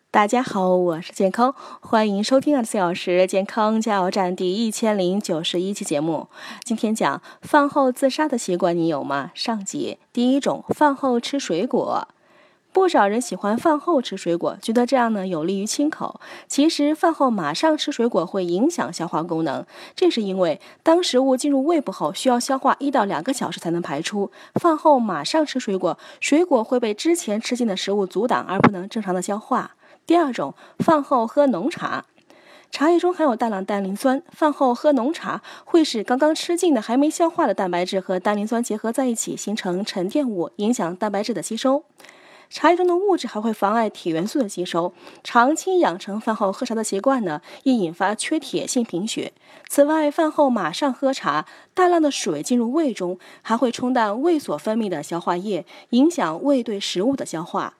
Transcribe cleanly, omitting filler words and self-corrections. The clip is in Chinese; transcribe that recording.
大家好，我是健康，欢迎收听24小时健康加油站第1091期节目。今天讲饭后自杀的习惯你有吗？上集第一种，饭后吃水果。不少人喜欢饭后吃水果，觉得这样呢有利于清口。其实饭后马上吃水果会影响消化功能，这是因为当食物进入胃部后，需要消化1到2个小时才能排出。饭后马上吃水果，水果会被之前吃进的食物阻挡，而不能正常的消化。第二种，饭后喝浓茶。茶叶中含有大量单磷酸，饭后喝浓茶会使刚刚吃进的还没消化的蛋白质和单磷酸结合在一起，形成沉淀物，影响蛋白质的吸收。茶叶中的物质还会妨碍铁元素的吸收，长期养成饭后喝茶的习惯呢，易引发缺铁性贫血。此外，饭后马上喝茶，大量的水进入胃中，还会冲淡胃所分泌的消化液，影响胃对食物的消化。